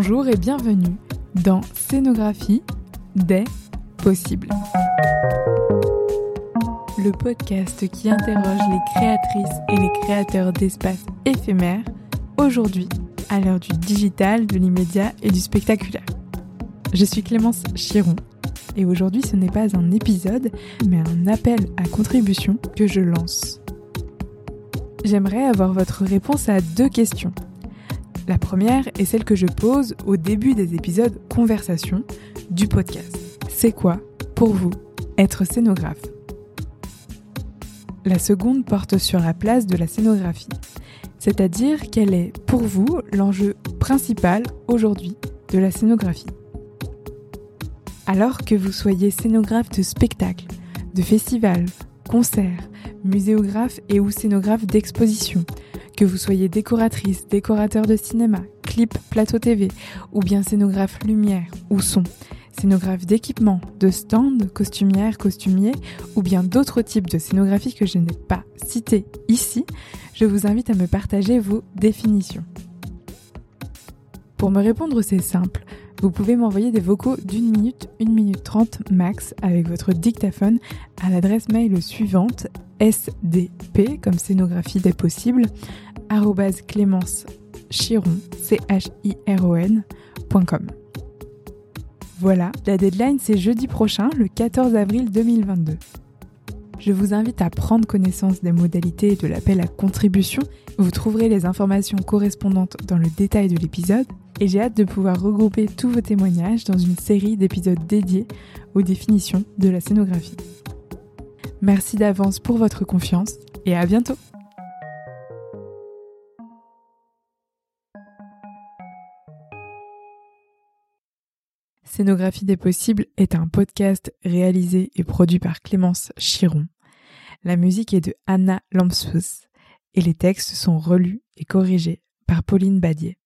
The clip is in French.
Bonjour et bienvenue dans Scénographie des possibles. Le podcast qui interroge les créatrices et les créateurs d'espaces éphémères, aujourd'hui à l'heure du digital, de l'immédiat et du spectaculaire. Je suis Clémence Chiron et aujourd'hui ce n'est pas un épisode, mais un appel à contribution que je lance. J'aimerais avoir votre réponse à 2 questions. La première est celle que je pose au début des épisodes conversation du podcast. C'est quoi, pour vous, être scénographe ? La seconde porte sur la place de la scénographie, c'est-à-dire quel est, pour vous, l'enjeu principal aujourd'hui de la scénographie. Alors que vous soyez scénographe de spectacle, de festival, concert, muséographe et ou scénographe d'exposition, que vous soyez décoratrice, décorateur de cinéma, clip, plateau TV, ou bien scénographe lumière ou son, scénographe d'équipement, de stand, costumière, costumier, ou bien d'autres types de scénographie que je n'ai pas citées ici, je vous invite à me partager vos définitions. Pour me répondre, c'est simple. Vous pouvez m'envoyer des vocaux d'1 minute, 1 minute 30 max avec votre dictaphone à l'adresse mail suivante sdp comme scénographie des possibles @clémencechiron.com. Voilà, la deadline c'est jeudi prochain, le 14 avril 2022. Je vous invite à prendre connaissance des modalités de l'appel à contribution. Vous trouverez les informations correspondantes dans le détail de l'épisode et j'ai hâte de pouvoir regrouper tous vos témoignages dans une série d'épisodes dédiés aux définitions de la scénographie. Merci d'avance pour votre confiance et à bientôt. Scénographie des possibles est un podcast réalisé et produit par Clémence Chiron. La musique est de Anna Lampsous et les textes sont relus et corrigés par Pauline Badier.